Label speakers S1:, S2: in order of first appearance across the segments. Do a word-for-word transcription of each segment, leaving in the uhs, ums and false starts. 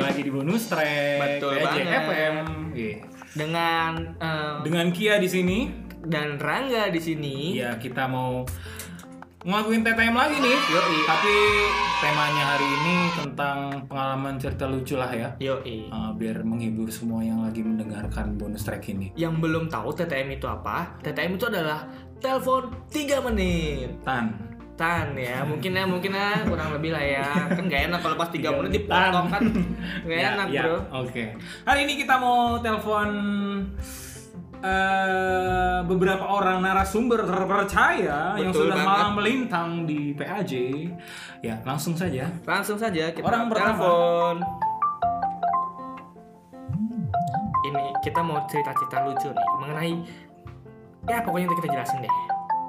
S1: lagi di Bonus Track
S2: Betul
S1: P A J
S2: banget.
S1: F M. Yeah.
S2: Dengan um,
S1: Dengan Kia di sini
S2: dan Rangga di sini.
S1: ya kita mau ngelakuin T T M lagi nih.
S2: Yoi.
S1: Tapi temanya hari ini tentang pengalaman cerita lucu lah ya.
S2: Yoi.
S1: Uh, biar menghibur semua yang lagi mendengarkan Bonus Track ini.
S2: Yang belum tahu T T M itu apa? T T M itu adalah telepon tiga menit.
S1: Tan.
S2: Tan ya, mungkin ya, mungkin ya kurang lebih lah ya. Kan gak enak kalau pas tiga menit
S1: Tan.
S2: dipotong kan. Gak
S1: Ya,
S2: enak,
S1: ya,
S2: Bro.
S1: Oke. Okay. Hari ini kita mau telepon uh, beberapa orang narasumber terpercaya yang
S2: Betul
S1: sudah
S2: banget.
S1: malang melintang di P A J. Ya, langsung saja.
S2: Langsung saja kita
S1: Orang pertama.
S2: telepon. Ini kita mau cerita-cerita lucu nih mengenai ya pokoknya nanti kita jelasin deh.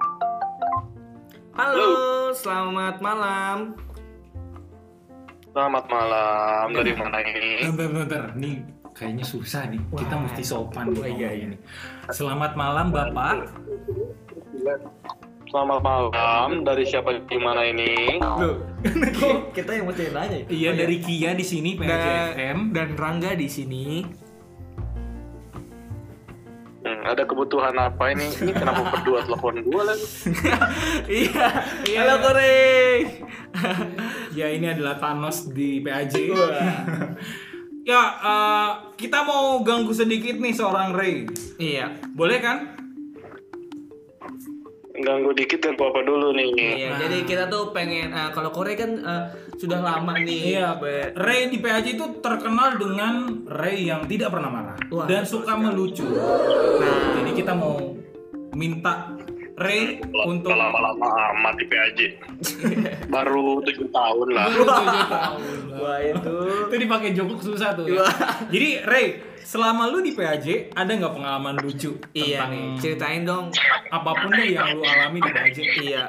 S2: Halo,
S3: Halo.
S2: selamat malam.
S3: Selamat malam, dari mana ini?
S1: Bentar, bentar. Nih kayaknya susah nih. Kita
S2: Wah.
S1: mesti sopan
S2: Oh,
S1: nih
S2: iya,
S1: ngomong
S2: iya.
S1: ini. Selamat malam, Bapak.
S3: Selamat malam, dari siapa di mana ini?
S2: Loh, kita yang mesti nanya.
S1: Iya,
S2: Oh,
S1: dari Kia di sini P A J
S2: Dan,
S1: F M.
S2: dan Rangga di sini.
S3: Hmm, ada kebutuhan apa ini? Ini kenapa berdua telepon gua lagi?
S2: Iya,
S1: Iya.
S2: halo Koreng.
S1: Ya, ini adalah Thanos di P A J. Ya, uh, kita mau ganggu sedikit nih seorang Ray.
S2: Iya.
S1: Boleh kan?
S3: Ganggu dikit ganggu apa dulu nih?
S2: Iya,
S1: Nah.
S2: jadi kita tuh pengen uh, kalau Koreng kan uh, sudah lama nih.
S1: Iya,
S2: Be-
S1: Ray di P A J itu terkenal dengan Ray yang tidak pernah marah
S2: Wah,
S1: dan
S2: betul
S1: suka
S2: sekali.
S1: melucu. Nah, jadi kita mau minta Ray untuk
S3: Udah lama-lama amat di P A J. Baru tujuh tahun lah.
S1: tujuh tahun.
S2: Wah, itu.
S1: Itu dipakai jokuk susah tuh. Ya. Jadi Ray, selama lu di P A J ada nggak pengalaman lucu
S2: Iya
S1: tentang
S2: nih, ceritain dong.
S1: apapun deh yang lu alami di P A J?
S2: Iya.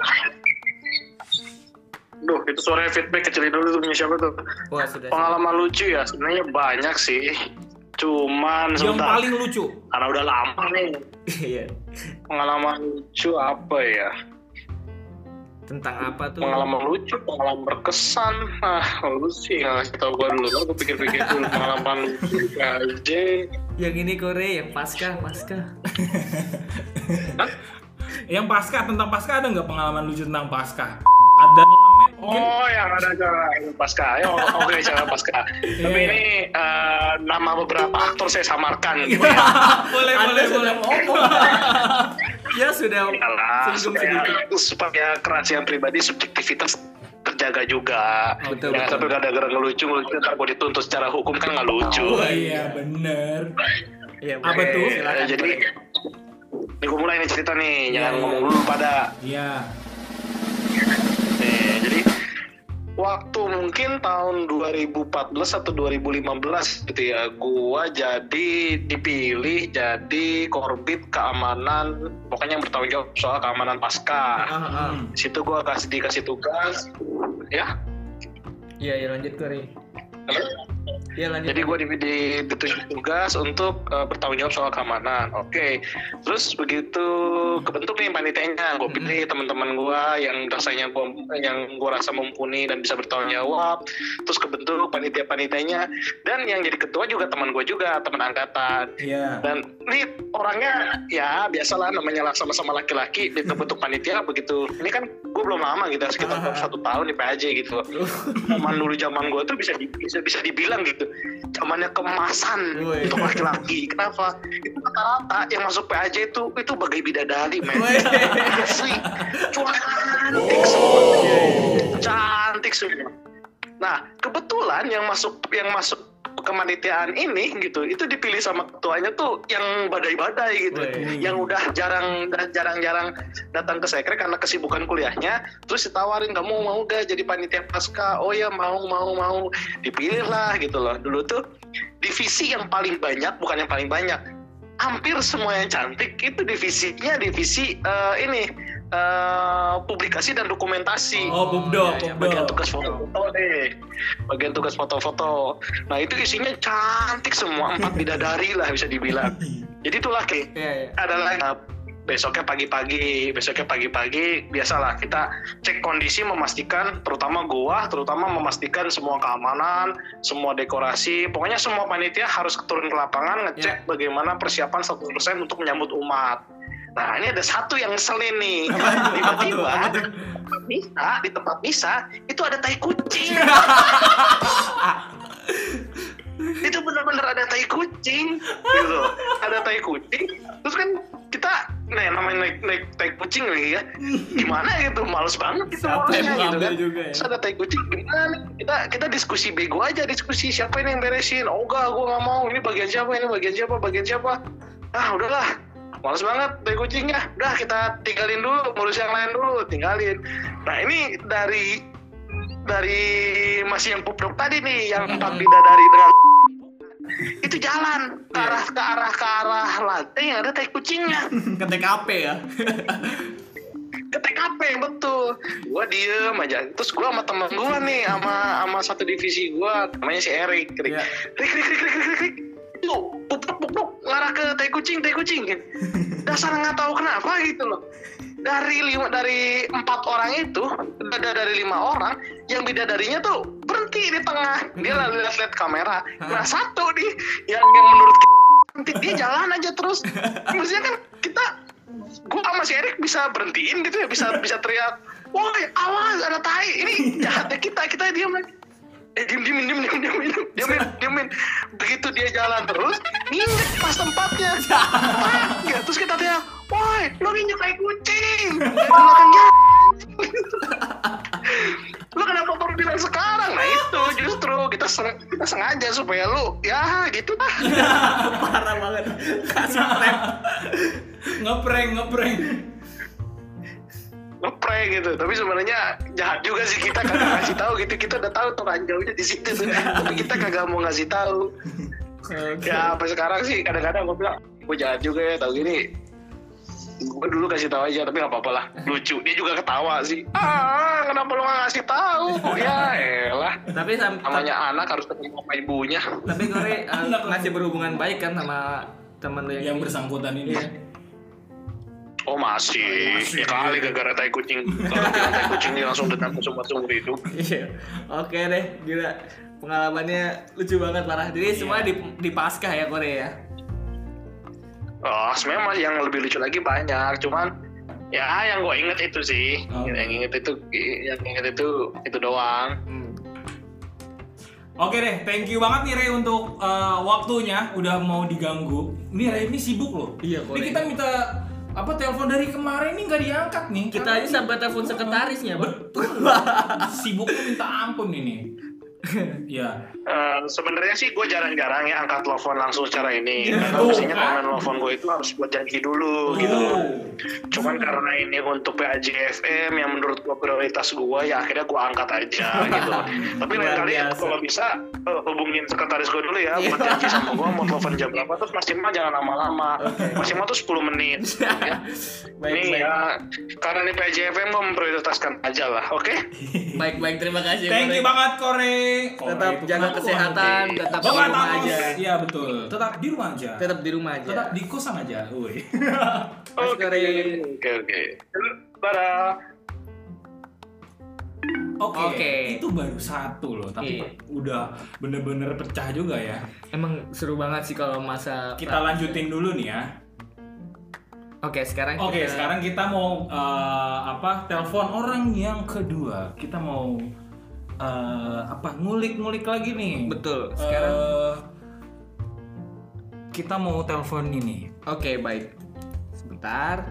S3: Duh, itu suaranya feedback kecilin dulu tuh punya siapa tuh?
S2: Wah, sudah.
S3: Pengalaman lucu ya, sebenarnya banyak sih. Cuman
S1: Yang
S3: sebentar,
S1: paling lucu.
S3: karena udah lama nih.
S2: Iya.
S3: Pengalaman lucu apa ya?
S2: Tentang apa tuh?
S3: Pengalaman lucu, pengalaman berkesan. Ah, lu sih nggak ngasih tau gua dulu. Aku pikir-pikir dulu pengalaman lucu di P A J.
S2: Yang ini Koreng, yang pasca, pasca.
S1: Yang pasca, tentang pasca ada nggak pengalaman lucu tentang pasca? Ada mungkin.
S3: Oh, yang ada acara pasca. Ya, oh, oke, acara pasca. Tapi
S1: Iya.
S3: ini eh, nama beberapa aktor saya samarkan.
S1: boleh,
S2: Anda
S1: boleh,
S2: sudah
S1: boleh.
S2: ngomong. Ya sudah.
S3: Yalah,
S2: Singgung
S3: supaya,
S2: sedikit.
S3: supaya kerahasiaan pribadi, subjektivitas terjaga juga.
S2: Betul,
S3: Jangan
S2: betul.
S3: sampai gara-gara ngelucu ngelucu ntar gue dituntut secara hukum kan nggak lucu.
S1: Oh iya, bener.
S2: Iya,
S1: Apa
S2: boleh.
S1: tuh?
S2: Silakan,
S3: Eh, jadi
S2: Koreng.
S3: ini gue mulai nih cerita nih,
S1: Iya,
S3: jangan
S1: iya.
S3: ngomong dulu pada.
S1: Iya.
S3: Nih, jadi waktu mungkin tahun dua ribu empat belas atau dua ribu lima belas gitu ya, gua jadi dipilih jadi korbit keamanan, pokoknya yang bertanggung jawab soal keamanan pasca.
S2: Ah, ah.
S1: Hmm.
S3: Di situ gua kasih dikasih tugas, ya.
S2: Iya, ya lanjut Koreng. Iya, lanjut.
S3: Jadi gue di, di, ditunjuk tugas untuk uh, bertanggung jawab soal keamanan. Oke, terus begitu kebentuk nih panitianya, gue pilih teman-teman gue yang rasanya gua, yang gue rasa mumpuni dan bisa bertanggung jawab. Terus kebentuk panitia-panitianya, dan yang jadi ketua juga teman gue juga, teman angkatan.
S1: Iya.
S3: Dan ini orangnya ya biasalah, namanya lah sama-sama laki-laki dibentuk panitia begitu. Ini kan gue belum lama gitu, sekitar
S2: Ah.
S3: satu tahun di P A J gitu. Zaman dulu zaman gue tuh bisa di- bisa bisa dibilang gitu, zamannya keemasan
S2: Woi.
S3: untuk laki-laki. Kenapa? Itu rata-rata yang masuk P A J itu itu bagai bidadari, men.
S2: Woi.
S3: Asli, cantik semua, cantik semua. Nah, kebetulan yang masuk yang masuk kemanitiaan ini gitu, itu dipilih sama ketuanya tuh yang badai-badai gitu,
S2: Woi.
S3: yang udah jarang jarang-jarang datang ke sekre karena kesibukan kuliahnya. Terus ditawarin, kamu mau gak jadi panitia pasca? Oh ya, mau mau mau. Dipilih lah gitu loh. Dulu tuh divisi yang paling banyak, bukan yang paling banyak, hampir semua yang cantik itu divisinya divisi eh, ini eh, publikasi dan dokumentasi.
S1: Oh, Bubdo,
S2: iya, iya.
S3: Bagian
S1: Bubdo.
S3: tugas foto-foto deh, bagian tugas foto-foto. Nah itu isinya cantik semua, empat bidadari lah bisa dibilang. Jadi itulah kayak
S2: Iya, iya.
S3: ada line up besoknya pagi-pagi, besoknya pagi-pagi biasalah kita cek kondisi, memastikan, terutama gua, terutama memastikan semua keamanan, semua dekorasi, pokoknya semua panitia harus turun ke lapangan ngecek
S1: Ya.
S3: bagaimana persiapan seratus persen untuk menyambut umat. Nah ini ada satu yang ngeselin nih, tiba-tiba di tempat misa, di tempat misa itu ada tai kucing. Itu benar-benar ada tai kucing gitu, ada tai kucing. Terus kan kita nah namanya naik naik tai kucing lagi ya, gimana gitu, males banget gitu
S1: Siapa yang
S3: ngurusnya
S1: mau
S3: gitu
S1: ambil
S3: kan.
S1: juga ya?
S3: Terus ada tai kucing gimana, kita kita diskusi bego aja, diskusi siapa ini yang beresin. Oh enggak, gue nggak mau, ini bagian siapa, ini bagian siapa, bagian siapa. Ah udahlah, males banget tai kucingnya, udah kita tinggalin dulu, ngurus yang lain dulu, tinggalin. Nah ini dari dari masih yang puprok tadi nih, yang empat bidadari dengan itu jalan ke arah ke arah ke arah lantai yang ada tai kucingnya,
S1: Ke T K P ya.
S3: ke T K P betul. Gua diem aja, terus gua sama temen gua nih, sama sama satu divisi gua namanya si Erik. Rik,
S1: Iya.
S3: Rik, Rik, Rik, Rik, Rik, Rik. Itu puprok puprok ngarah ke tai kucing, tai kucing. Dasar nggak tahu kenapa gitu loh. Dari lima dari empat orang itu, ada dari lima orang yang bidadarinya tuh berhenti di tengah. Dia lihat-lihat kamera. Nah satu nih yang yang menurut nanti dia jalan aja terus. Maksudnya kan kita, gua sama si Erik bisa berhentiin gitu ya, bisa bisa teriak, woi awas ada tai. Ini jahatnya kita, kita diam lagi. Eh diem diem diem diem diem diem diemin diemin. Begitu dia jalan terus, nginjek pas tempatnya. Ya, terus kita teriak, woi lo nginjek kayak kucing. Dia belakangnya. Lu kenapa baru bilang sekarang? Nah itu justru kita seng, kita sengaja supaya lu ya gitu lah.
S2: Parah banget. Kasih rem.
S1: Ngeprank, ngeprank.
S3: Ngeprank gitu, tapi sebenarnya jahat juga sih kita kagak ngasih tahu gitu. Kita udah tahu tuh ranjaunya di situ tuh, tapi kita kagak mau ngasih tahu. Ya sampai sekarang sih kadang-kadang gue bilang gue jahat juga ya, tahu gini. Gue dulu kasih tahu aja, tapi nggak apa-apa lah, lucu. Dia juga ketawa sih. Ah kenapa lu nggak ngasih tahu? Ya elah.
S2: Tapi sam-
S3: Namanya anak harus ketemu sama ibunya.
S2: tapi Kore uh, masih berhubungan baik kan sama temen lu yang,
S1: Yang bersangkutan ini.
S2: Iya.
S3: Oh masih,
S1: Masih.
S3: ya kali gara-gara tai kucing. Kalau bilang tai kucing ini langsung dendam ke sumber-sumber itu.
S2: Iya. Oke deh, gila. Pengalamannya lucu banget parah. Jadi semua di di Paskah ya Kore ya.
S3: Oh, sebenarnya masih yang lebih lucu lagi banyak, cuman ya yang gue inget itu sih,
S1: Oh.
S3: yang inget itu, yang inget itu itu doang.
S2: Hmm.
S1: Oke deh, thank you banget nih Ray untuk uh, waktunya, udah mau diganggu. Nih Ray ini sibuk loh.
S2: Iya,
S1: Ini
S2: boleh.
S1: kita minta apa telepon dari kemarin ini nggak diangkat nih.
S2: Kita
S1: Karena
S2: aja
S1: ini-
S2: sampai telepon sekretarisnya,
S1: betul. Sibuknya minta ampun ini. Ya.
S3: Uh, sebenarnya sih gue jarang-jarang ya angkat telepon langsung secara ini,
S1: Ya,
S3: karena
S1: tuh,
S3: mestinya
S1: kan?
S3: kalau telepon gue itu harus buat janji dulu gitu.
S1: Oh.
S3: Cuman karena ini untuk P A J F M yang menurut gue prioritas gue, ya akhirnya gue angkat aja gitu. Tapi lain
S2: Luar
S3: kali
S2: biasa.
S3: kalau bisa uh, hubungin sekretaris gue dulu ya,
S2: Iya.
S3: buat janji sama gue mau telepon jam berapa, terus maksimal jangan lama-lama, maksimal tuh sepuluh menit. Ya.
S2: Baik,
S3: Ini
S2: baik.
S3: ya, karena ini P A J F M gue memprioritaskan aja lah, oke?
S2: Baik, baik, terima kasih.
S1: Thank you
S2: Kore.
S1: banget Kore.
S2: Tetap
S1: Kore itu
S2: jaga
S1: kenapa
S2: kesehatan,
S1: Kore?
S2: tetap
S1: Bawa
S2: di rumah
S1: Thanos.
S2: aja.
S1: Iya betul. Tetap di rumah aja.
S2: Tetap di rumah aja.
S1: Tetap di kosan aja. Woi.
S2: Mas
S3: Oke,
S2: Kore.
S3: oke, oke. Dadah.
S1: Oke.
S2: Oke.
S1: Itu baru satu loh, tapi
S2: Iya.
S1: udah bener-bener pecah juga ya.
S2: Emang seru banget sih kalau masa
S1: Kita lanjutin dulu nih ya.
S2: Oke, sekarang
S1: Oke,
S2: kita-
S1: sekarang kita mau eh, apa? Telepon orang yang kedua. Kita mau eh, apa? Ngulik-ngulik lagi nih.
S2: Betul. Sekarang
S1: Eh, kita mau telepon ini.
S2: oke, baik. Sebentar.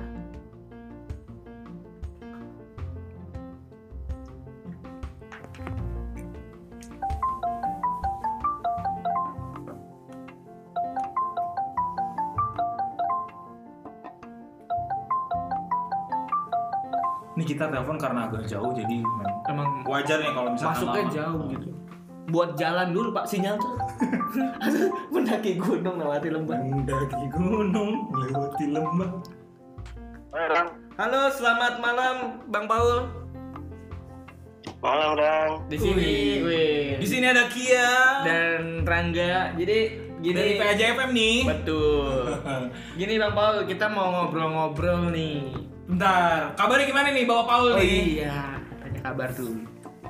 S1: Ini kita telepon karena agak jauh, jadi
S2: Emang
S1: wajar nih kalau misalkan
S2: masuknya
S1: lama.
S2: jauh gitu. Buat jalan dulu Pak, sinyal tuh. Mendaki gunung melewati lembah.
S1: Mendaki gunung, melewati lembah.
S3: Malam,
S2: Halo, selamat malam Bang Paul.
S3: malam, Dang.
S2: Di sini,
S1: Wih.
S2: wih.
S1: Di sini ada Kia.
S2: Dan Rangga. Jadi Gini
S1: dari P A J F M nih.
S2: Betul. Gini Bang Paul, kita mau ngobrol-ngobrol nih.
S1: Bentar, kabarnya gimana nih Bapak Paul
S2: Oh
S1: nih?
S2: iya, tanya kabar dulu.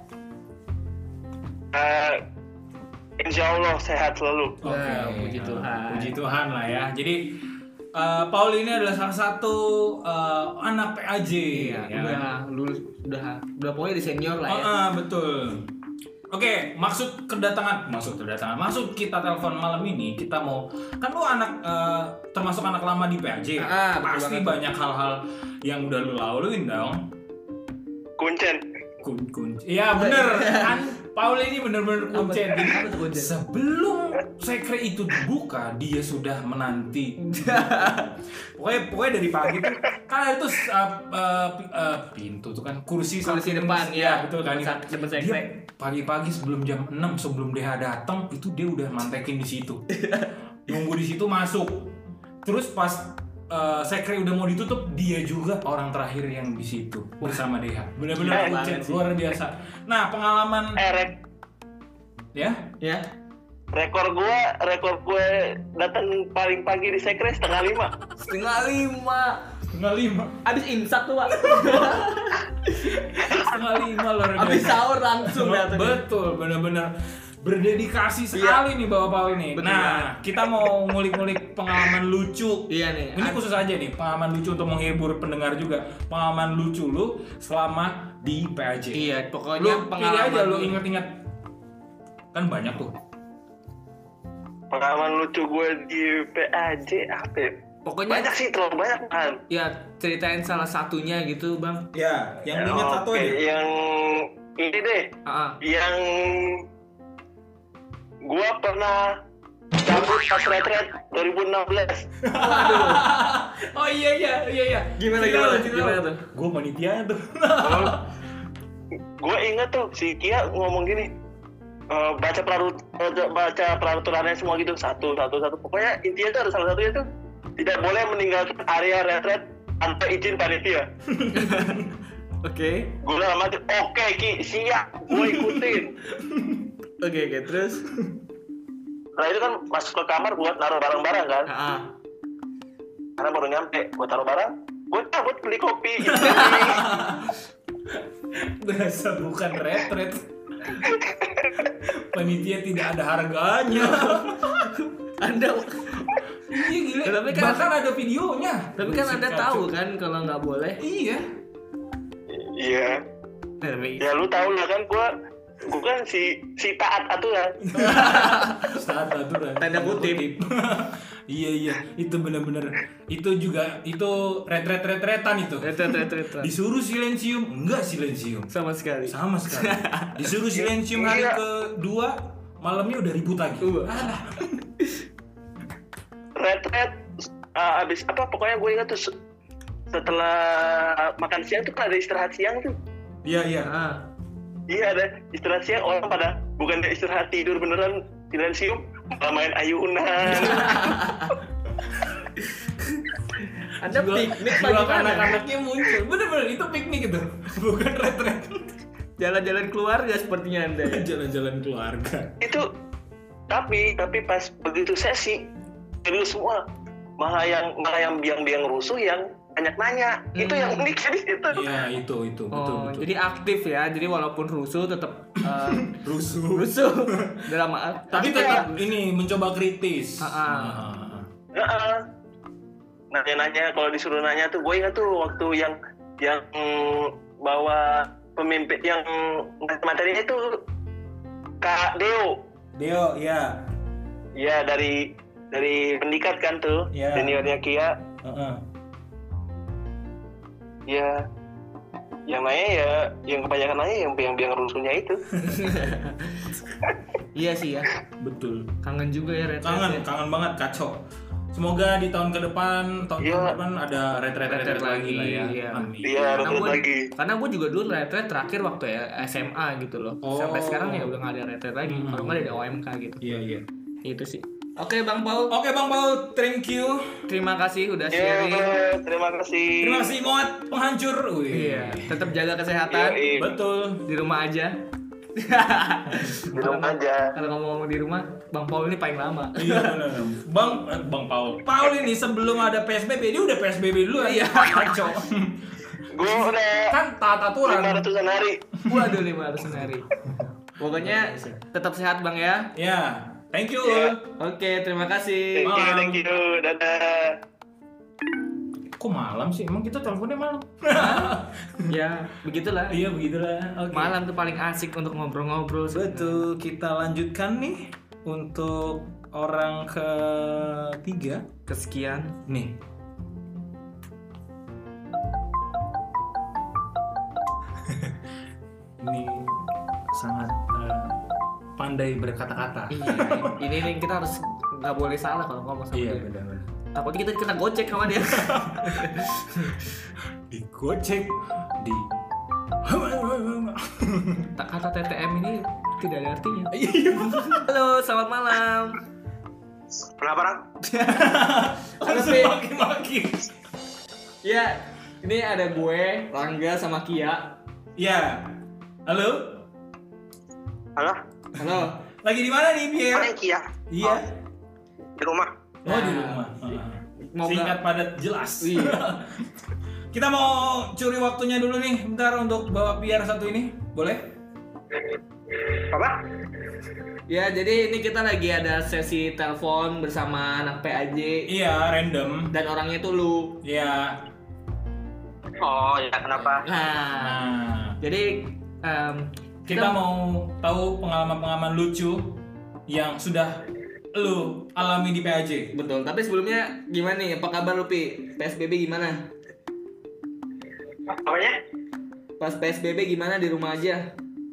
S3: Eh, Insya Allah sehat selalu.
S1: Oke,
S2: Wah, puji Tuhan.
S1: Puji Tuhan lah ya. Jadi uh, Paul ini adalah salah satu uh, anak P A J.
S2: Iya,
S1: ya.
S2: udah lulus, udah udah pokoknya di senior lah
S1: Oh,
S2: ya.
S1: ah, betul. Oke, maksud kedatangan, maksud kedatangan, maksud kita telepon malam ini kita mau, kan lu anak uh, termasuk anak lama di P A J,
S2: Ah, betul
S1: pasti
S2: banget.
S1: banyak hal-hal yang udah lu laluin dong.
S3: Kuncen.
S1: Kun kun. Iya bener kan, Paul ini bener-bener kuncen. Jadi,
S2: Apa tuh kuncen?
S1: sebelum sekre itu dibuka, dia sudah menanti. pokoknya pokoknya dari pagi tuh kan ada tuh uh, uh, pi- uh, pintu tuh kan kursi
S2: Kursi
S1: samping-
S2: depan,
S1: ya
S2: ya.
S1: betul kan.
S2: Depan- depan
S1: Dia
S2: sekre.
S1: pagi-pagi sebelum jam enam sebelum D H datang itu dia udah mantekin di situ. Nunggu di situ masuk. Terus pas uh, sekre udah mau ditutup, dia juga orang terakhir yang di situ bersama D H. Benar-benar
S3: Eh,
S1: kuncen,
S2: banget sih.
S1: luar biasa. Nah, pengalaman
S3: Eh, rek,
S1: ya
S2: Ya.
S3: rekor gue, rekor gue datang paling pagi di sekre setengah lima.
S2: Setengah lima.
S1: setengah lima
S2: Abis imsak tuh, Pak.
S1: setengah lima luar biasa.
S2: Abis sahur langsung datang.
S1: Betul, benar-benar berdedikasi sekali nih Bapak Paul ini.
S2: Betul
S1: Nah, kita mau ngulik-ngulik pengalaman lucu.
S2: Iya nih.
S1: Ini khusus aja nih, pengalaman lucu untuk menghibur pendengar juga. Pengalaman lucu lu selama di P A J.
S2: Iya,
S1: Lu
S2: pokoknya
S1: pilih
S2: pengalaman
S1: aja, lu
S2: lu-
S1: inget-inget. Kan banyak tuh.
S3: Pengalaman lucu gue di P A J apa ya?
S2: Pokoknya
S3: Banyak sih, terlalu banyak kan.
S2: ya ceritain salah satunya gitu, Bang.
S1: Ya, yang
S3: Ya,
S1: inget satu
S3: oke,
S1: aja.
S3: Yang ini deh,
S2: Ah,
S3: yang gue pernah cabut pas retret dua ribu enam belas.
S1: Oh iya iya iya iya.
S2: Gimana,
S1: Cerita
S2: gimana,
S1: lu, cerita
S2: gimana
S1: lu.
S2: tuh?
S1: Gua panitianya tuh.
S3: Gue inget tuh si Kia ngomong gini, eh, baca perarut baca peraturannya semua gitu satu satu satu. Pokoknya intinya tuh ada salah satunya tuh tidak boleh meninggalkan area retret tanpa izin panitia.
S2: Oke.
S3: Gue udah lama tuh, oke Ki, siap, gue ikutin.
S2: Oke, oke, terus
S3: Nah itu kan masuk ke kamar buat naruh barang-barang kan.
S2: ah.
S3: Karena baru nyampe, gue taruh barang, gue cabut beli kopi.
S1: Berasa bukan retret. Panitia tidak ada harganya.
S2: Anda
S1: Iya gila.
S2: Tapi kan-
S1: bahkan ada videonya.
S2: tapi kan Anda
S1: Buset,
S2: tahu
S1: kacau.
S2: kan kalau nggak boleh.
S1: Iya.
S3: Iya.
S2: Nah, tapi
S3: Ya lu tau lah kan, gue gue kan si si taat aturan.
S1: Saat aturan.
S2: Tanda kutip.
S1: Iya iya, itu benar-benar itu juga itu retret-retretan itu.
S2: Retret, retret, retret.
S1: Disuruh silensium, enggak silensium.
S2: Sama sekali.
S1: Sama sekali. Disuruh silensium hari
S3: Iya.
S1: kedua, malamnya udah ribut lagi.
S2: Uh.
S1: Alah.
S3: Retret uh, abis apa pokoknya gue ingat tuh se- setelah makan siang tuh kan ada istirahat siang tuh.
S1: Iya iya.
S2: Ah.
S3: Iya ada istirahat siang, orang pada bukan istirahat tidur beneran silensium, malah main ayunan.
S2: Anda
S1: Jiwa-
S2: piknik
S1: jiwa
S2: pagi mana?
S1: anak-anaknya muncul. Bener-bener itu piknik itu, bukan retret.
S2: Jalan-jalan keluarga sepertinya Anda. ya?
S1: Jalan-jalan keluarga.
S3: Itu tapi tapi pas begitu sesi serius semua, malah yang malah yang biang-biang rusuh yang banyak nanya. Itu
S2: Hmm.
S3: yang unik di situ.
S1: Iya itu itu betul
S2: Oh,
S1: betul.
S2: jadi aktif ya. Jadi walaupun rusuh tetap eh,
S1: rusuh.
S2: rusuh dalam maaf.
S1: Tapi tetap ini mencoba kritis.
S2: Ah, ah.
S1: Ah.
S3: Heeh. Nanya-nanya, kalau disuruh nanya tuh gue ingat tuh waktu yang yang mm, bawa pemimpin yang materinya itu Kak Deo.
S1: Deo, ya.
S3: Iya dari dari pendikat kan tuh,
S1: Iya.
S3: seniornya Kia.
S1: Heeh.
S3: Ya, yang nanya ya, yang kebanyakan nanya yang biang-biang rusuhnya itu.
S2: Iya sih ya.
S1: Betul.
S2: Kangen juga ya retret.
S1: Kangen,
S2: ya.
S1: kangen banget kacau. Semoga di tahun ke depan, tahun
S3: Iya.
S1: ke depan ada retret-retret
S2: Retret
S1: lagi
S2: lagi,
S1: lah ya.
S2: iya.
S1: Amin.
S3: Iya,
S2: Karena
S3: retret
S2: gua-
S3: lagi.
S2: Karena gue juga dulu retret terakhir waktu ya S M A gitu loh.
S1: Oh.
S2: Sampai sekarang ya udah nggak ada retret lagi.
S1: Hmm.
S2: Kalau nggak ada O M K gitu.
S1: Iya, iya.
S2: Itu sih. Oke Bang Paul,
S1: Oke Bang Paul, thank you.
S2: terima kasih udah
S3: Iya,
S2: sharing.
S3: terima kasih.
S1: Terima kasih Moat penghancur. Wih.
S2: Iya, tetap jaga kesehatan
S3: Yoi.
S1: Betul.
S2: di rumah aja.
S3: Di rumah aja.
S2: Kalau ngomong-ngomong di rumah, Bang Paul ini paling lama.
S1: Iya benar. Bang eh, Bang Paul. Paul ini sebelum ada P S B B dia udah P S B B dulu ya. Kacau.
S3: Gue udah
S1: Kan taat aturan.
S3: lima ratusan hari.
S2: Waduh, lima ratus hari. Pokoknya tetap sehat Bang ya.
S1: Ya. Thank you.
S3: Iya.
S2: Oke, terima kasih.
S3: Thank you, thank you. Dadah.
S1: Kok malam sih? Emang kita teleponnya malam?
S2: Ya, begitulah.
S1: Iya begitulah. Oke.
S2: Malam tuh paling asik untuk ngobrol-ngobrol.
S1: Betul. Kita lanjutkan nih untuk orang ketiga.
S2: Kesekian.
S1: Nih. Ini sangat eh, pandai berkata-kata.
S2: Iya, ini nih kita harus nggak boleh salah kalau ngomong sama
S1: Iya
S2: dia.
S1: benar-benar.
S2: Takutnya kita kena gocek sama dia.
S1: Digocek di
S2: Tak kata T T M ini tidak ada artinya.
S1: Iya.
S2: Halo, selamat malam.
S3: Kenapa, Rang?
S2: Halo,
S1: Langsung
S2: Pi.
S1: maki-maki.
S2: Ya, ini ada gue, Rangga sama Kia.
S1: Ya. Halo.
S3: Halo?
S2: Halo.
S1: Lagi di mana nih, Pierre?
S3: Mana yang Kia?
S1: Iya.
S3: Di rumah.
S1: Oh, di
S2: Nah,
S1: rumah.
S2: mau
S1: Singkat
S2: nggak-
S1: padat jelas.
S2: Iya.
S1: Kita mau curi waktunya dulu nih, bentar untuk bawa Pierre satu ini. Boleh?
S3: Apa?
S2: Ya, jadi ini kita lagi ada sesi telepon bersama anak P A J
S1: Iya, random.
S2: dan orangnya tuh lu.
S1: Iya.
S3: Oh, ya kenapa?
S2: Nah,
S1: Nah,
S2: jadi em,
S1: kita mau tahu pengalaman-pengalaman lucu yang sudah lu alami di P A J.
S2: betul. Tapi sebelumnya gimana nih? Apa kabar lu, Pi? P S B B gimana?
S3: Apanya?
S2: Pas P S B B gimana di rumah aja?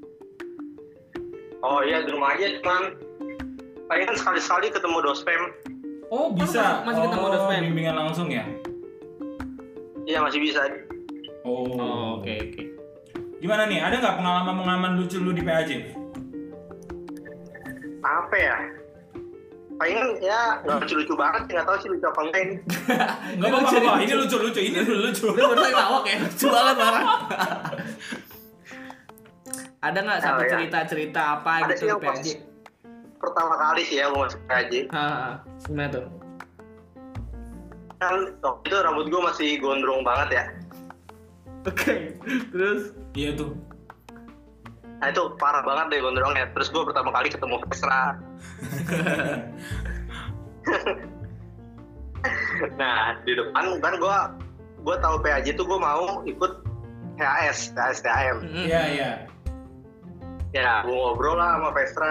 S3: Oh iya, di rumah aja cuman paling kan sekali-sekali ketemu dospem.
S1: Oh, bisa.
S2: masih- masih ketemu
S1: oh,
S2: dospem?
S1: bimbingan langsung ya?
S3: Iya, masih bisa.
S1: Oh.
S2: oke oke.
S1: Gimana nih? Ada nggak pengalaman-pengalaman lucu lu di P A J?
S3: Apa ya? Palingan ya nggak lucu-lucu banget, nggak tahu sih lucu apa enggak ini.
S1: Nggak apa-apa, ini lucu-lucu, ini lucu.
S2: Lu baru lawak ya? Lucu banget parah. Ada nggak satu
S3: Oh, ya.
S2: cerita-cerita apa
S3: Ada
S2: gitu
S3: sih
S2: di
S3: yang
S2: P A
S3: pas
S2: J?
S3: pertama kali sih ya gue masuk P A J.
S2: Ah, gimana tuh?
S3: Kan waktu itu rambut gue masih gondrong banget ya.
S2: Oke, terus?
S1: Iya tuh.
S3: Nah itu parah banget deh gondrongnya. Terus gue pertama kali ketemu Vesra. Nah di depan kan gue gue tahu P A J tuh gue mau ikut H A S, H A S T A M.
S2: Mm-mm.
S1: Iya, iya.
S3: Ya gue ngobrol lah sama Vesra.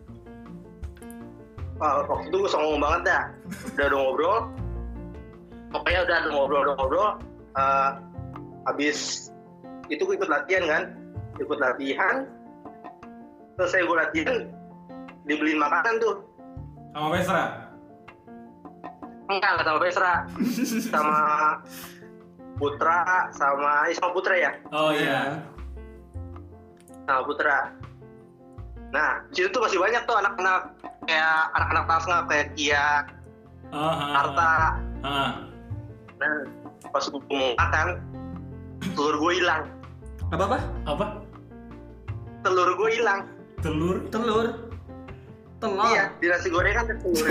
S3: Wah, waktu itu gue songong banget dah. Udah udah ngobrol. Pokoknya udah udah ngobrol udah ngobrol. Uh, habis itu gue ikut latihan kan. Ikut latihan. Selesai gue latihan, dibeliin makanan tuh.
S1: Sama Vesra.
S3: Enggak, enggak sama Vesra. Sama Putra, sama eh, sama Putra ya.
S1: Oh iya.
S3: Sama Putra. Nah, di situ tuh masih banyak tuh anak-anak kayak anak-anak Tasna kayak Kia,
S1: Ah, ah,
S3: Arta.
S1: ah.
S3: Nah, pas gue mau makan, telur gue hilang.
S2: Apa apa?
S1: Apa?
S3: Telur gue hilang.
S1: Telur?
S2: Telur. Telur.
S3: Iya, di nasi goreng kan ada telur.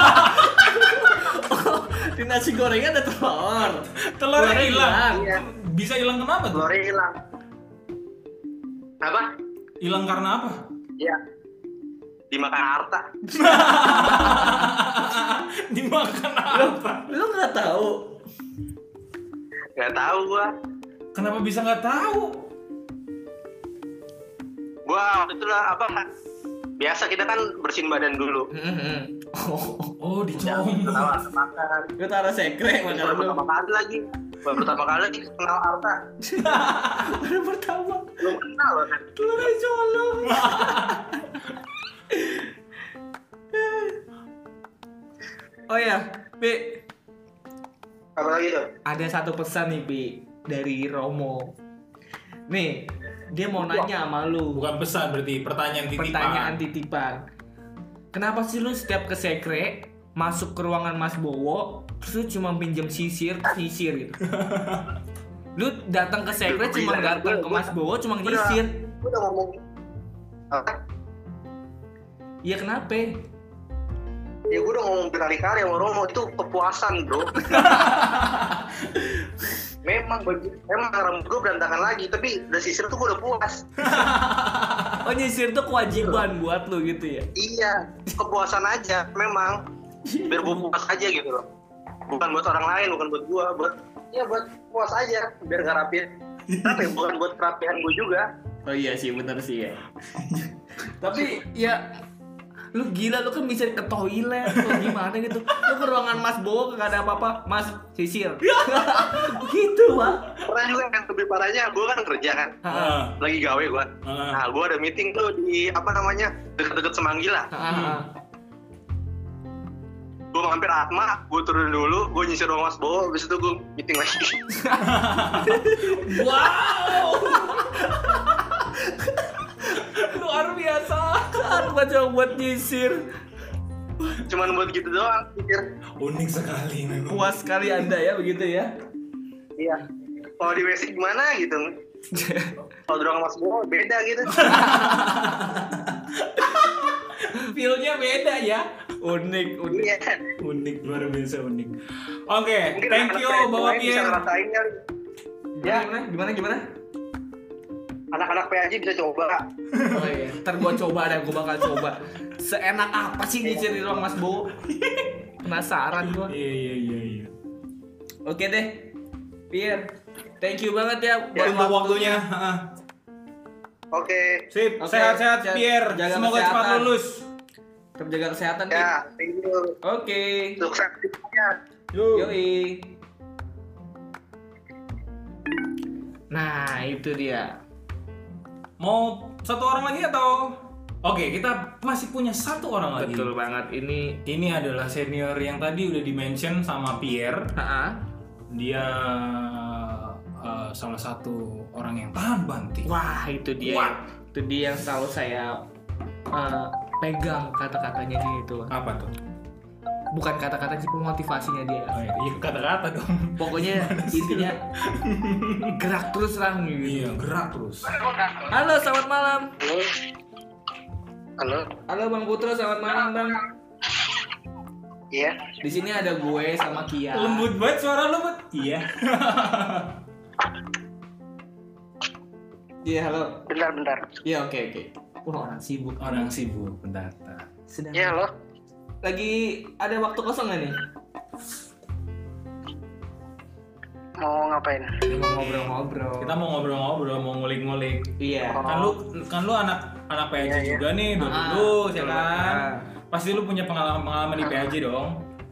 S2: Di nasi gorengnya ada telur.
S1: Telurnya
S2: Telurnya
S1: hilang.
S2: hilang.
S3: Iya,
S1: Bisa hilang kenapa tuh?
S3: telurnya hilang. Apa?
S1: Hilang karena apa?
S3: Iya. Dimakan Arta.
S1: Dimakan apa?
S2: Lu nggak tahu?
S3: Nggak tahu gua.
S1: Kenapa bisa nggak tahu?
S3: Gua waktu itu lah apa? Biasa kita kan bersihin badan dulu.
S2: Mm-mm. Oh,
S1: Oh,
S3: Ya,
S1: dicomot.
S3: pertama makan.
S2: lu taruh sekre
S3: Baru
S2: makanan lu.
S3: pertama kali lagi. Baru pertama kali lagi kenal Arta.
S2: Baru pertama.
S3: Belum kenal loh kan.
S2: Telurnya dicolong. Oh ya, Pi,
S3: Apa lagi tuh?
S2: ada satu pesan nih, Pi, dari Romo. Nih, dia mau nanya sama lu.
S1: Bukan pesan berarti pertanyaan titipan.
S2: Pertanyaan titipan. Kenapa sih lu setiap ke sekre masuk ke ruangan Mas Bowo terus lu cuma pinjam sisir sisir gitu? Lu datang ke sekre cuma datang ke Mas Bowo cuma nyisir.
S3: Gua udah ngomong Apa?
S2: Iya kenapa?
S3: Ya gue udah ngomong berkali-kali sama Romo, itu kepuasan bro. Memang baju, memang rambut gue berantakan lagi, tapi udah sisir tuh gue udah puas.
S2: Oh nyisir tuh kewajiban buat lu gitu ya?
S3: Iya, kepuasan aja, memang. Biar gue puas aja gitu loh. Bukan buat orang lain, bukan buat gue, buat ya buat puas aja, biar gak rapi. Tapi bukan buat kerapian gue juga.
S2: Oh iya sih, bener sih ya. Tapi ya lu gila, lu kan bisa ke toilet atau gimana gitu. Lu ke ruangan Mas Bowo gak ada apa-apa, Mas sisir. Gitu Pak.
S3: Pernah juga yang lebih parahnya, gue kan kerja kan,
S1: Heeh.
S3: lagi gawe gue.
S1: Heeh.
S3: Nah gue ada meeting tuh di apa namanya deket-deket Semanggilan.
S2: Heeh.
S3: Gue mampir Atma, gue turun dulu, gue nyisir ruang Mas Bowo, habis itu gue meeting lagi.
S1: Wow. Luar biasa.
S2: Kan gua coba buat nyisir.
S3: Cuman buat gitu doang, pikir.
S1: Unik sekali memang.
S2: Puas sekali Anda ya begitu ya.
S3: Iya. Kalau di W C gimana gitu? Kalau di ruang Mas Bowo beda gitu.
S1: Feel-nya beda ya.
S2: Unik, unik.
S3: Iya.
S1: Unik, luar biasa unik. Oke,
S3: Mungkin
S1: thank
S3: anak-anak
S1: you
S3: P N
S1: Bapak
S3: lain bisa
S1: Pierre.
S3: ngerasain kali. Ya,
S2: Gimana, gimana, gimana?
S3: anak-anak P A J bisa coba.
S2: Oh iya, ntar gua coba deh, gua bakal coba. Seenak apa sih nyisir di ruang Mas Bowo? Penasaran gua.
S1: Iya, iya, iya, iya.
S2: Oke deh, Pierre. Thank you banget ya
S1: Buat
S2: buat
S1: waktunya. Heeh.
S3: Oke.
S1: Sip,
S2: Oke,
S1: sehat-sehat
S2: sehat.
S1: Pierre.
S2: Jaga
S1: Semoga cepat
S2: kesehatan.
S1: lulus.
S2: Tetap jaga kesehatan, Pierre.
S3: Ya, thank you.
S2: Oke.
S3: Sukses semuanya.
S1: Yuk.
S2: Yoi. Nah, itu dia.
S1: Mau satu orang lagi atau? Oke, kita masih punya satu orang lagi.
S2: Betul banget. Ini
S1: Ini adalah senior yang tadi udah di-mention sama Pierre.
S2: Heeh.
S1: Dia uh, salah satu orang yang tahan banting.
S2: Wah, itu dia.
S1: Kuat.
S2: Itu dia yang selalu saya uh, pegang kata-katanya dia itu.
S1: Apa tuh?
S2: Bukan kata-kata sih, motivasinya dia.
S1: Oh, iya, iya, kata-kata dong.
S2: Pokoknya intinya gerak terus lah gitu.
S1: Iya, gerak terus.
S2: Halo, selamat malam.
S3: Halo. Halo.
S2: Halo Bang Putra, selamat malam Bang.
S3: Iya.
S2: Di sini ada gue sama Kia.
S1: Lembut banget suara lu, Bet. Iya.
S2: Iya, halo.
S3: Bentar, bentar.
S2: Iya, oke oke. Wah, orang sibuk.
S1: Orang sibuk, pendata.
S2: Sedang
S3: Iya, halo.
S2: lagi ada waktu kosong nggak nih?
S3: Mau ngapain?
S2: Mau ngobrol-ngobrol.
S1: Kita mau ngobrol-ngobrol, mau ngulik-ngulik.
S2: Iya.
S3: Oh.
S1: Kan lu kan lu anak anak P A J
S3: Iya, iya.
S1: juga nih, udah
S2: Ah,
S1: lulus ya
S2: betul.
S1: kan.
S2: Ah.
S1: Pasti lu punya pengalaman-pengalaman di P A J dong.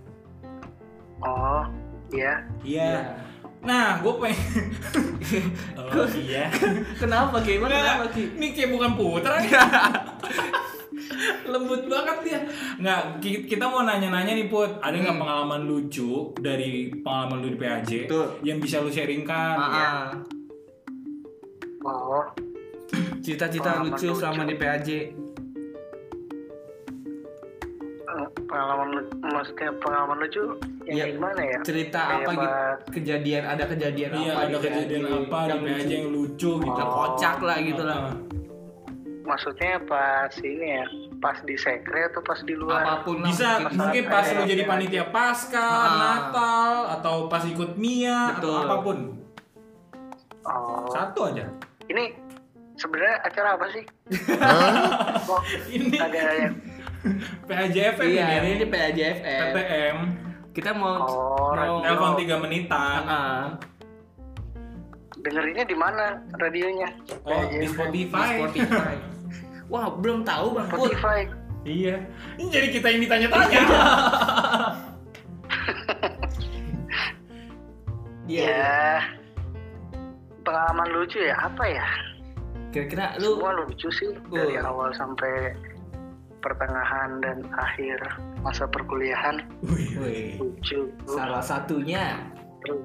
S3: Oh, iya.
S1: Iya. Nah, gue pengen. Oh iya.
S2: Kenapa gimana?
S1: Nggak,
S2: Kenapa Ki?
S1: ini kayak bukan putra nih. Lembut banget dia. Nggak, ki- kita mau nanya-nanya nih Put. Ada nggak
S2: Hmm.
S1: pengalaman lucu dari pengalaman lu di P A J
S2: Betul.
S1: yang bisa lu sharingkan?
S2: Ah,
S3: Oh,
S2: cita-cita
S3: Pengalaman
S2: lucu
S3: lucu.
S2: selama di P A J.
S3: eh, pengalaman lu- maksudnya pengalaman lucu yang
S2: Iya.
S3: kayak gimana ya?
S2: Cerita
S3: Kayak
S2: apa gitu?
S3: pas-
S2: Kejadian ada kejadian
S1: Iya,
S2: apa?
S1: ada
S2: di P A J
S1: kejadian apa di
S2: yang
S1: P A J
S2: lucu?
S1: yang lucu gitu.
S2: Yang kocak lah gitu lah.
S1: Ah,
S3: Maksudnya pas ini ya, pas di sekre atau pas di luar?
S2: Apapun lah.
S1: Bisa
S2: mungkin.
S1: mungkin pas lu jadi
S3: Iya.
S1: panitia pasca,
S2: Ah.
S1: Natal, atau pas ikut Mia, atau
S2: Betul.
S1: apapun.
S3: Oh,
S1: Satu aja.
S3: ini sebenarnya acara apa sih? Kok
S1: Ini
S3: ada yang
S1: P A J F M
S2: Iya,
S1: ini.
S2: ini P A J F
S1: P
S2: M.
S1: T M.
S2: Kita mau
S3: Oh,
S2: mau
S1: Telepon tiga menitan.
S2: Ah,
S3: dengerinnya di mana radionya?
S1: Oh, di Spotify.
S2: di Spotify. Wah, belum tahu Bang Put.
S3: Spotify.
S1: Iya. Ini jadi kita yang ditanya-tanya.
S2: Iya.
S3: Ya, pengalaman lucu ya apa ya?
S2: Kira-kira lu
S3: Semua lucu sih dari awal sampai pertengahan dan akhir masa perkuliahan
S1: Wih.
S2: Wih,
S3: lucu.
S2: salah satunya
S3: Terus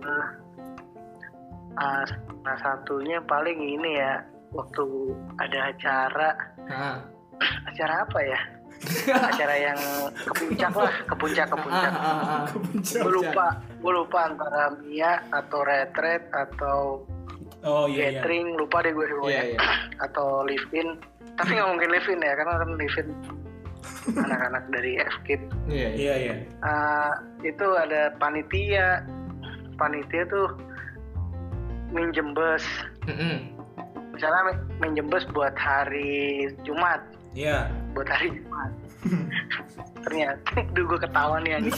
S3: ah, salah satunya paling ini ya, waktu ada acara
S2: ah,
S3: acara apa ya? Acara yang ke puncak lah, ke puncak ke
S2: ah,
S3: puncak.
S2: ah, ah, ah.
S3: Gue lupa, gue lupa antara Mia atau retret atau
S1: Oh iya iya.
S3: gathering, lupa deh gue
S2: Iya,
S3: pokoknya.
S2: iya.
S3: Atau live in.
S4: Tapi nggak mungkin Levin ya, karena kan Levin anak-anak dari F-Kid.
S2: Iya, iya.
S1: Iya iya.
S4: Uh, itu ada panitia, panitia tuh minjem bus.
S2: Mm-mm.
S4: Misalnya minjem bus buat hari Jumat,
S1: Iya.
S4: buat hari Jumat. Ternyata, duh gue ketawa nih anjing.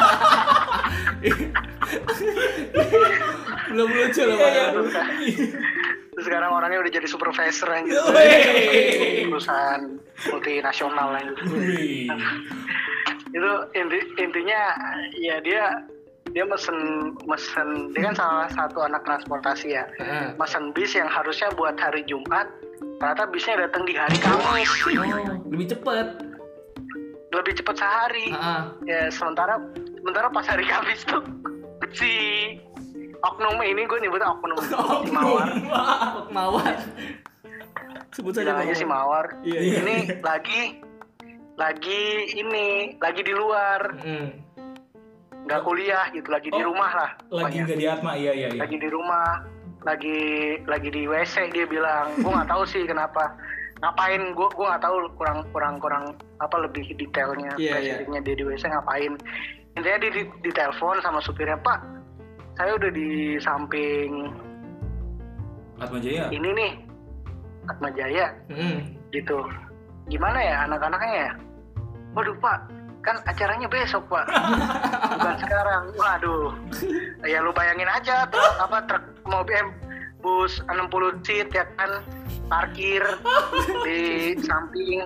S2: Belum lucu loh,
S1: Iya, iya.
S2: Pak.
S4: Terus, terus sekarang orangnya udah jadi supervisor anjing.
S1: Wey.
S4: Perusahaan multinasional anjing.
S1: Wih.
S4: Itu inti, intinya ya dia dia mesen mesen dia kan salah satu anak transportasi ya.
S2: Heeh.
S4: Mesen bis yang harusnya buat hari Jumat, ternyata bisnya datang di hari Kamis.
S2: Oh, lebih cepet.
S4: Lebih cepat sehari.
S2: Heeh.
S4: Ya sementara sementara pas hari Kamis tuh si oknum ini, gue nyebutnya oknum si Mawar.
S2: Mawar. Sebut saja
S4: Bilang aja si Mawar.
S2: Iya, iya.
S4: Ini lagi lagi ini lagi di luar,
S2: Mm.
S4: nggak kuliah gitu, lagi di
S1: Oh,
S4: rumah lah.
S1: Lagi
S4: pokoknya.
S1: nggak di Atma, iya iya iya.
S4: Lagi di rumah, lagi lagi di W C dia bilang. Gue nggak tahu sih kenapa. Ngapain, gue gue nggak tahu, kurang kurang kurang apa lebih detailnya.
S2: Iya, iya.
S4: Spesifiknya dia di W C ngapain. Intinya dia di, di telepon sama supirnya, Pak, saya udah di samping
S1: Atma Jaya.
S4: ini nih, Atma Jaya
S2: Mm.
S4: gitu. Gimana ya anak-anaknya ya? Waduh Pak, kan acaranya besok Pak, bukan sekarang. Waduh, ya lu bayangin aja truk apa truk mobil bus enam puluh seat ya kan, parkir di samping.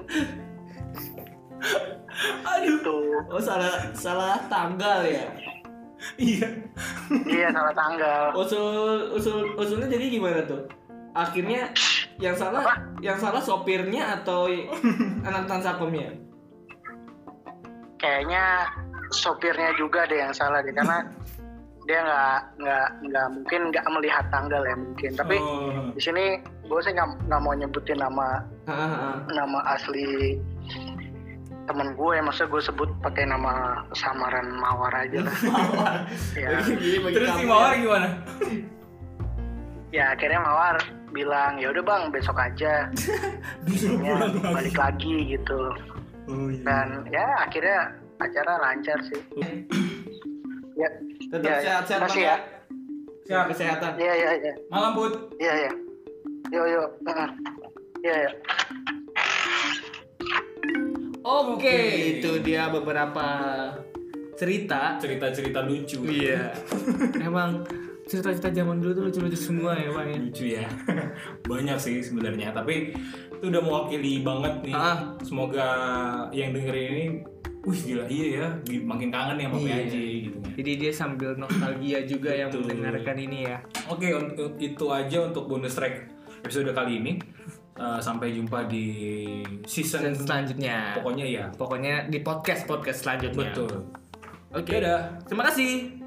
S1: Aduh.
S4: Tuh,
S2: Oh, salah salah tanggal ya.
S1: Iya.
S4: iya salah tanggal.
S2: Usul usul usulnya jadi gimana tuh? Akhirnya yang salah
S4: Apa?
S2: yang salah sopirnya atau anak transakomnya?
S4: Kayaknya sopirnya juga deh yang salah deh, karena dia nggak nggak nggak mungkin nggak melihat tanggal ya mungkin. Tapi
S1: Oh.
S4: di sini gue sih nggak nggak mau nyebutin nama
S2: Heeh, heeh.
S4: nama asli temen gue, maksudnya gue sebut pakai nama samaran Mawar aja lah. ya,
S2: Jadi bagi
S1: Terus si
S2: kamu
S1: Mawar
S2: ya.
S1: gimana?
S4: ya akhirnya Mawar bilang ya udah bang besok aja,
S1: Disuruh
S4: ya,
S1: pulang lagi.
S4: balik lagi gitu.
S1: Oh iya.
S4: Dan ya akhirnya acara lancar sih. ya,
S2: Tetap
S4: ya,
S2: sehat-sehat
S4: masih
S2: Bang,
S4: ya.
S1: Siap.
S2: Kesehatan.
S4: Iya iya iya
S1: Malam Put.
S4: iya iya. Yo yo. Heeh. Iya iya.
S2: Oke,
S1: Oke.
S2: itu dia beberapa cerita.
S1: Cerita-cerita lucu.
S2: Iya. Emang cerita-cerita zaman dulu tuh lucu-lucu semua ya, Bang ya.
S1: Lucu ya. Banyak sih sebenarnya, tapi itu udah mewakili banget nih.
S2: Ah.
S1: Semoga yang dengerin ini, wih gila iya ya, makin kangen ya sama P A J
S2: Iya.
S1: gitu.
S2: Jadi dia sambil nostalgia juga yang
S1: Betul.
S2: mendengarkan ini ya.
S1: Oke, untuk itu aja untuk bonus track episode kali ini. Uh, sampai jumpa di season
S2: Dan selanjutnya.
S1: pokoknya ya.
S2: Pokoknya di podcast-podcast selanjutnya.
S1: Betul.
S2: Oke.
S1: Dadah.
S2: Terima kasih.